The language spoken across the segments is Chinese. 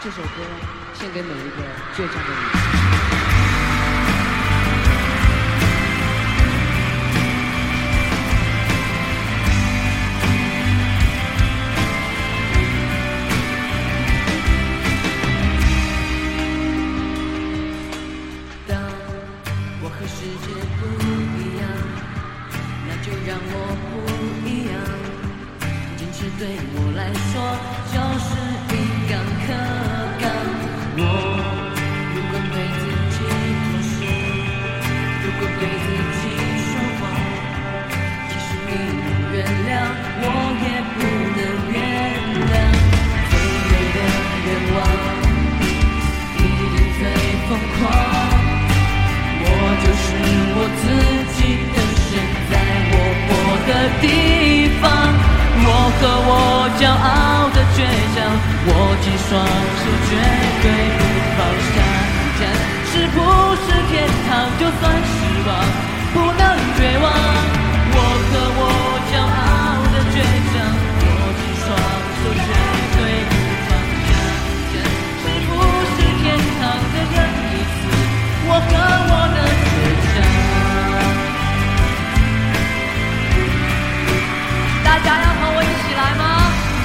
这首歌献给每一个倔强的你。 我和世界不一样，那就让我不一样。坚持对我来说就是一杆克刚。我如果对自己妥协，如果对自己说谎，即使你能原谅，我也不能原谅。最美的愿望，一定最疯狂。我就是我自己的神，在我活的地方，我和我骄傲的倔强，握紧双手绝对不放下。看是不是天堂，就算失望，不能绝望。我和我骄傲的倔强，握紧双手绝对不放下。看是不是天堂的任一次，我和我的倔强。大家要和我一起来吗？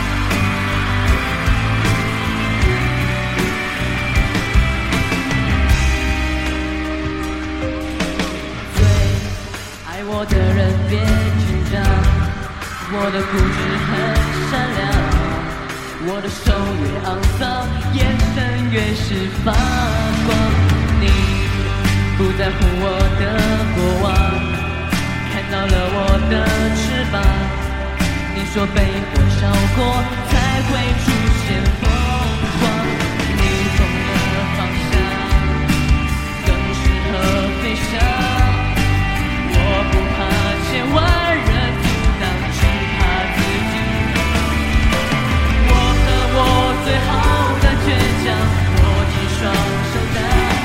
最爱我的人别紧张，我的固执很善良，我的手越肮脏，眼神越是发光。你不在乎我的过往，看到了我的翅膀。你说被火烧过才会出现疯狂，你懂得方向，更适合飞翔。我不怕千万人阻挡，只怕自己。我和我最好的倔强，握紧双手的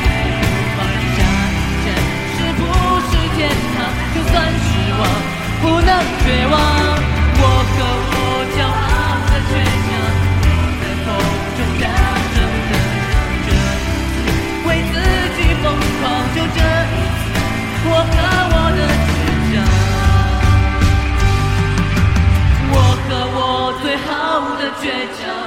天堂，就算失望，不能绝望。我和我骄傲的倔强，我在风中大声地唱这一次，为自己疯狂，就这一次，我和我的倔强，我和我最好的倔强。